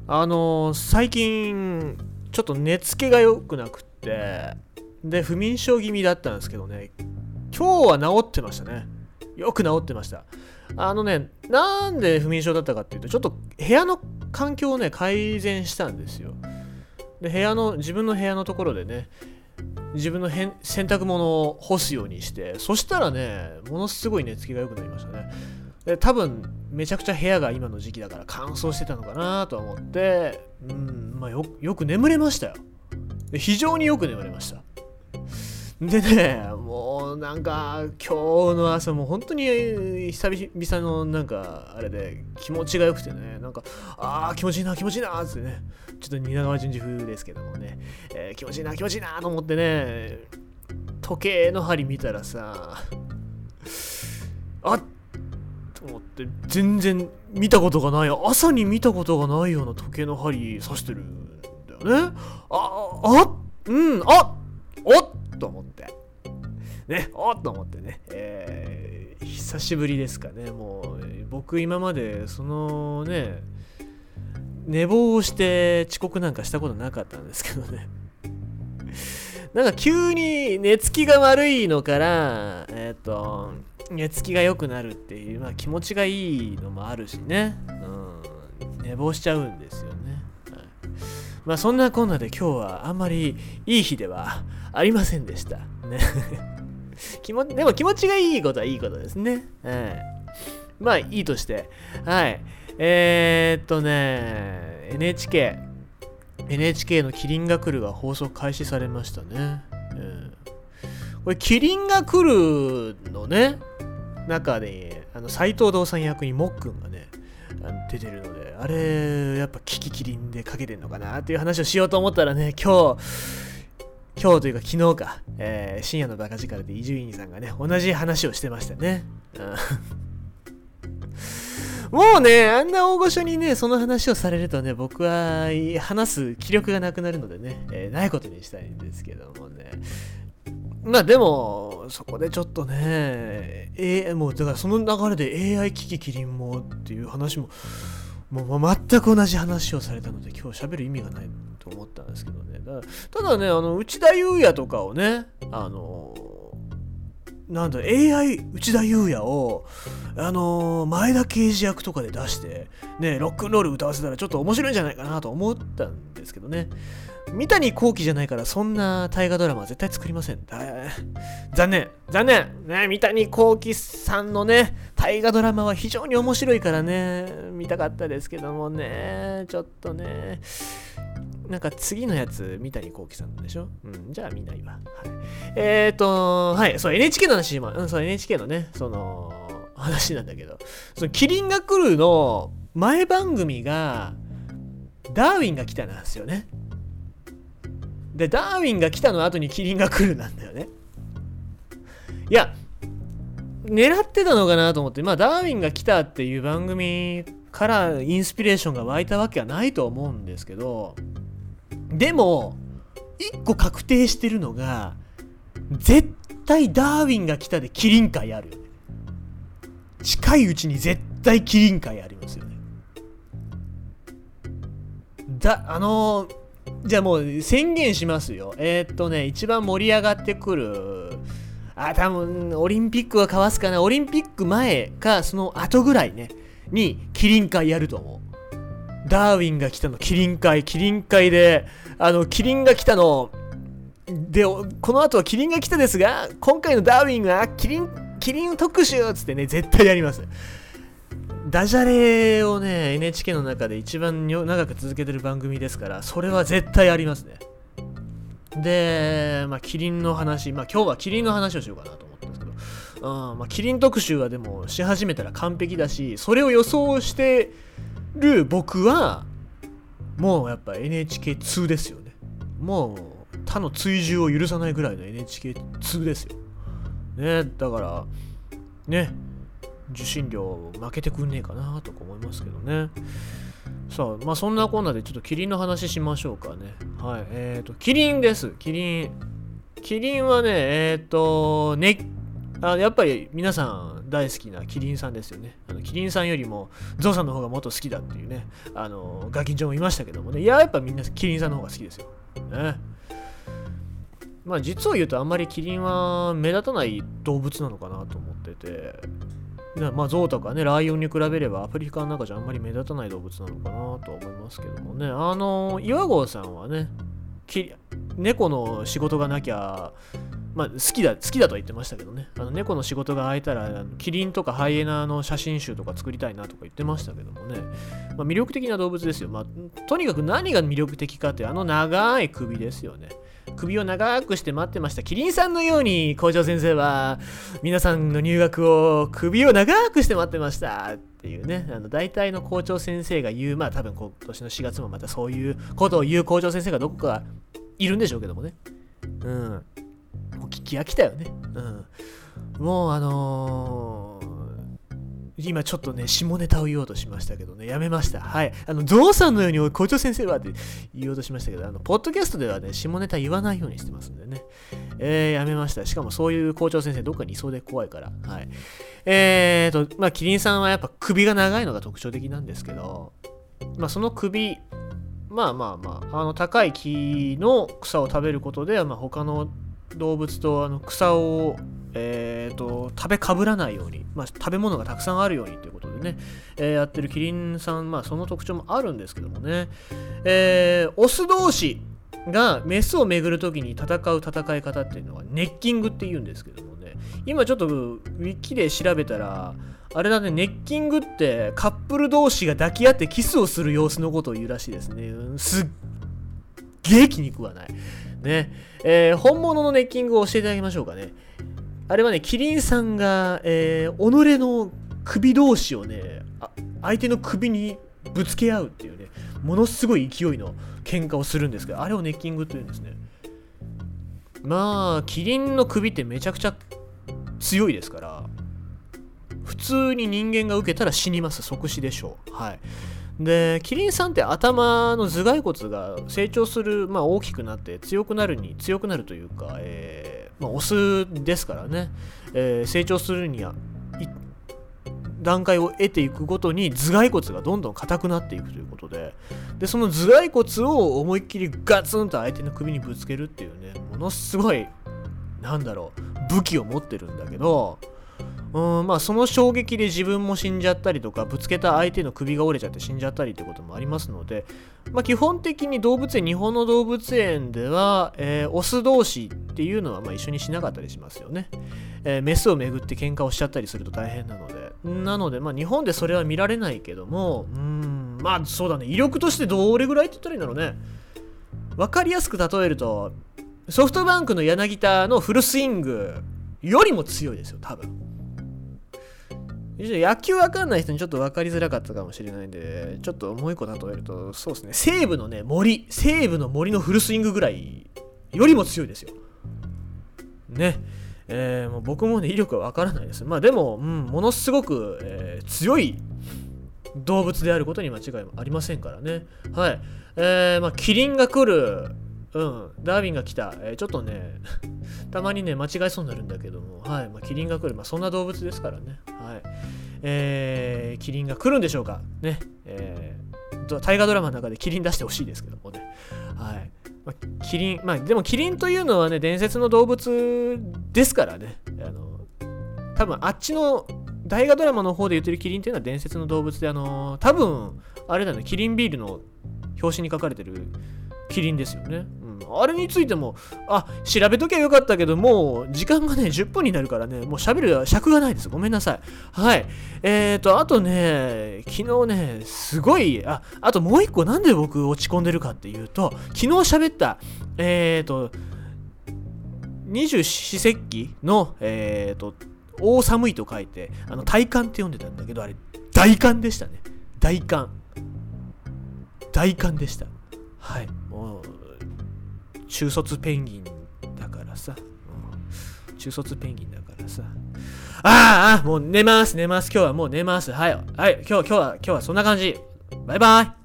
最近ちょっと寝つきが良くなくってで不眠症気味だったんですけどね、今日は治ってましたね。よく治ってました。なんで不眠症だったかっていうと、ちょっと部屋の環境をね改善したんですよ。で自分の部屋のところでね、自分の洗濯物を干すようにして、そしたらねものすごい寝つきが良くなりましたね。で多分めちゃくちゃ部屋が今の時期だから乾燥してたのかなと思って、よく眠れましたよ。で非常によく眠れました。でね、もうなんか今日の朝も本当に久々のなんかあれで気持ちが良くてね、なんか気持ちいいなってね、ちょっと蜷川淳二風ですけどもね、気持ちいいなと思ってね、時計の針見たらさ、と思って全然見たことがない、朝に見たことがないような時計の針刺してるんだよね。と思ってね、と思ってね、久しぶりですかね。もう僕今までそのね寝坊をして遅刻なんかしたことなかったんですけどねなんか急に寝つきが悪いのから寝つきが良くなるっていう、気持ちがいいのもあるしね、寝坊しちゃうんですよね。そんなこんなで今日はあんまりいい日ではありませんでしたねでも気持ちがいいことはいいことですね。いいとして、NHK のキリンが来るが放送開始されましたね。これキリンが来るのね中で斎藤道さん役にもっくんがね出てるので、あれやっぱキキキリンでかけてんのかなっていう話をしようと思ったらね、今日というか昨日か、深夜のバカ力で伊集院さんがね同じ話をしてましたね。もうね、あんな大御所にねその話をされるとね、僕は話す気力がなくなるのでね、ないことにしたいんですけどもね。でもそこでちょっとね、もうだからその流れで AI キキキリンもっていう話もう全く同じ話をされたので、今日喋る意味がないと思ったんですけどね。ただね、内田裕也とかをね、AI 内田裕也を前田慶次役とかで出してね、ロックンロール歌わせたらちょっと面白いんじゃないかなと思ったんですけどね。三谷幸喜じゃないからそんな大河ドラマは絶対作りません。残念ね。三谷幸喜さんのね大河ドラマは非常に面白いからね、見たかったですけどもね、ちょっとね、なんか次のやつ三谷幸喜さんでしょ。じゃあ見ないわ。そう NHK の話も、そう NHK のねその話なんだけど、そのキリンが来るの前番組がダーウィンが来たなんですよね。でダーウィンが来たの後にキリンが来るなんだよね。いや狙ってたのかなと思って、ダーウィンが来たっていう番組からインスピレーションが湧いたわけはないと思うんですけど、でも一個確定してるのが、絶対ダーウィンが来たでキリン会あるよね。近いうちに絶対キリン会ありますよね。じゃあもう宣言しますよ。一番盛り上がってくる、多分オリンピックはかわすかな、オリンピック前かその後ぐらいねにキリン会やると思う。ダーウィンが来たのキリン会で、キリンが来たので、この後はキリンが来たですが、今回のダーウィンはキリン特集っつってね、絶対やります。ダジャレをね NHK の中で一番長く続けてる番組ですから、それは絶対ありますね。でキリンの話、今日はキリンの話をしようかなと思ったんですけど、キリン特集はでもし始めたら完璧だし、それを予想してる僕はもうやっぱ NHK2 ですよね。もう他の追従を許さないぐらいの NHK2 ですよね。だからね、受信料負けてくんねえかなとか思いますけどね。さあそんなこんなでちょっとキリンの話しましょうかね。キリンです。キリンはねやっぱり皆さん大好きなキリンさんですよね。キリンさんよりもゾウさんの方がもっと好きだっていうね、ガキンチョもいましたけどもね、やっぱみんなキリンさんの方が好きですよ。ね。まあ実を言うとあんまりキリンは目立たない動物なのかなと思ってて、まあゾウとかね、ライオンに比べればアフリカの中じゃあんまり目立たない動物なのかなと思いますけどもね、岩合さんはね、猫の仕事がなきゃ、まあ好きだとは言ってましたけどね、猫の仕事が空いたらキリンとかハイエナの写真集とか作りたいなとか言ってましたけどもね、まあ、魅力的な動物ですよ。まあとにかく何が魅力的かって長い首ですよね。首を長くして待ってました。キリンさんのように校長先生は皆さんの入学を首を長くして待ってましたっていうね、大体の校長先生が言う、まあ多分今年の4月もまたそういうことを言う校長先生がどこかいるんでしょうけどもね。もう聞き飽きたよね。もう今ちょっとね、下ネタを言おうとしましたけどね、やめました。はい。ゾウさんのように校長先生はって言おうとしましたけど、ポッドキャストではね、下ネタ言わないようにしてますんでね。やめました。しかもそういう校長先生どっかにいそうで怖いから。はい。まあ、キリンさんはやっぱ首が長いのが特徴的なんですけど、まあ、その首、まあ、高い木の草を食べることで、まあ、他の動物と草を食べかぶらないように、まあ、食べ物がたくさんあるようにということでね、やってるキリンさん、まあ、その特徴もあるんですけどもね、オス同士がメスを巡るときに戦う戦い方っていうのはネッキングって言うんですけどもね、今ちょっとウィキで調べたらあれだね、ネッキングってカップル同士が抱き合ってキスをする様子のことを言うらしいですね。すっげえ気に食わないね。本物のネッキングを教えてあげましょうかね。あれはね、キリンさんが、己の首同士をね、相手の首にぶつけ合うっていうね、ものすごい勢いの喧嘩をするんですけど、あれをネッキングって言うんですね。まあ、キリンの首ってめちゃくちゃ強いですから、普通に人間が受けたら死にます。即死でしょう。はい。で、キリンさんって頭の頭蓋骨が成長する、まあ大きくなって強くなるというか、まあ、オスですからね、成長するには段階を得ていくごとに頭蓋骨がどんどん硬くなっていくということで、その頭蓋骨を思いっきりガツンと相手の首にぶつけるっていうね、ものすごい武器を持ってるんだけど、まあその衝撃で自分も死んじゃったりとか、ぶつけた相手の首が折れちゃって死んじゃったりってこともありますので、まあ基本的に日本の動物園では、オス同士っていうのはまあ一緒にしなかったりしますよね。メスをめぐって喧嘩をしちゃったりすると大変なのでまあ日本でそれは見られないけども、まあそうだね、威力としてどれぐらいって言ったらいいんだろうね。わかりやすく例えると、ソフトバンクの柳田のフルスイングよりも強いですよ、多分。野球わかんない人にちょっと分かりづらかったかもしれないんで、ちょっともう一個例えると、そうですね、西武の森のフルスイングぐらいよりも強いですよ。ね。もう僕もね、威力はわからないです。まあでも、ものすごく、強い動物であることに間違いありませんからね。はい。まあ、キリンが来る。ダーウィンが来た。ちょっとね、たまにね、間違えそうになるんだけども、はい。まあ、キリンが来る。まあ、そんな動物ですからね。はい。キリンが来るんでしょうか。ね。大河ドラマの中でキリン出してほしいですけどもね。はい。でもキリンというのはね、伝説の動物ですからね。多分あっちの大河ドラマの方で言ってるキリンっていうのは伝説の動物で、多分、あれだね、キリンビールの表紙に書かれてるキリンですよね。あれについても、調べときゃよかったけど、もう時間がね、10分になるからね、もう喋る尺がないです。ごめんなさい。はい。あとね、昨日ね、すごい、あともう一個なんで僕落ち込んでるかっていうと、昨日喋った、二十四節気の、大寒いと書いて、大寒って読んでたんだけど、あれ、大寒でしたね。大寒でした。はい。もう中卒ペンギンだからさ、もう寝ます。今日はもう寝ます。はい。今日はそんな感じ。バイバイ。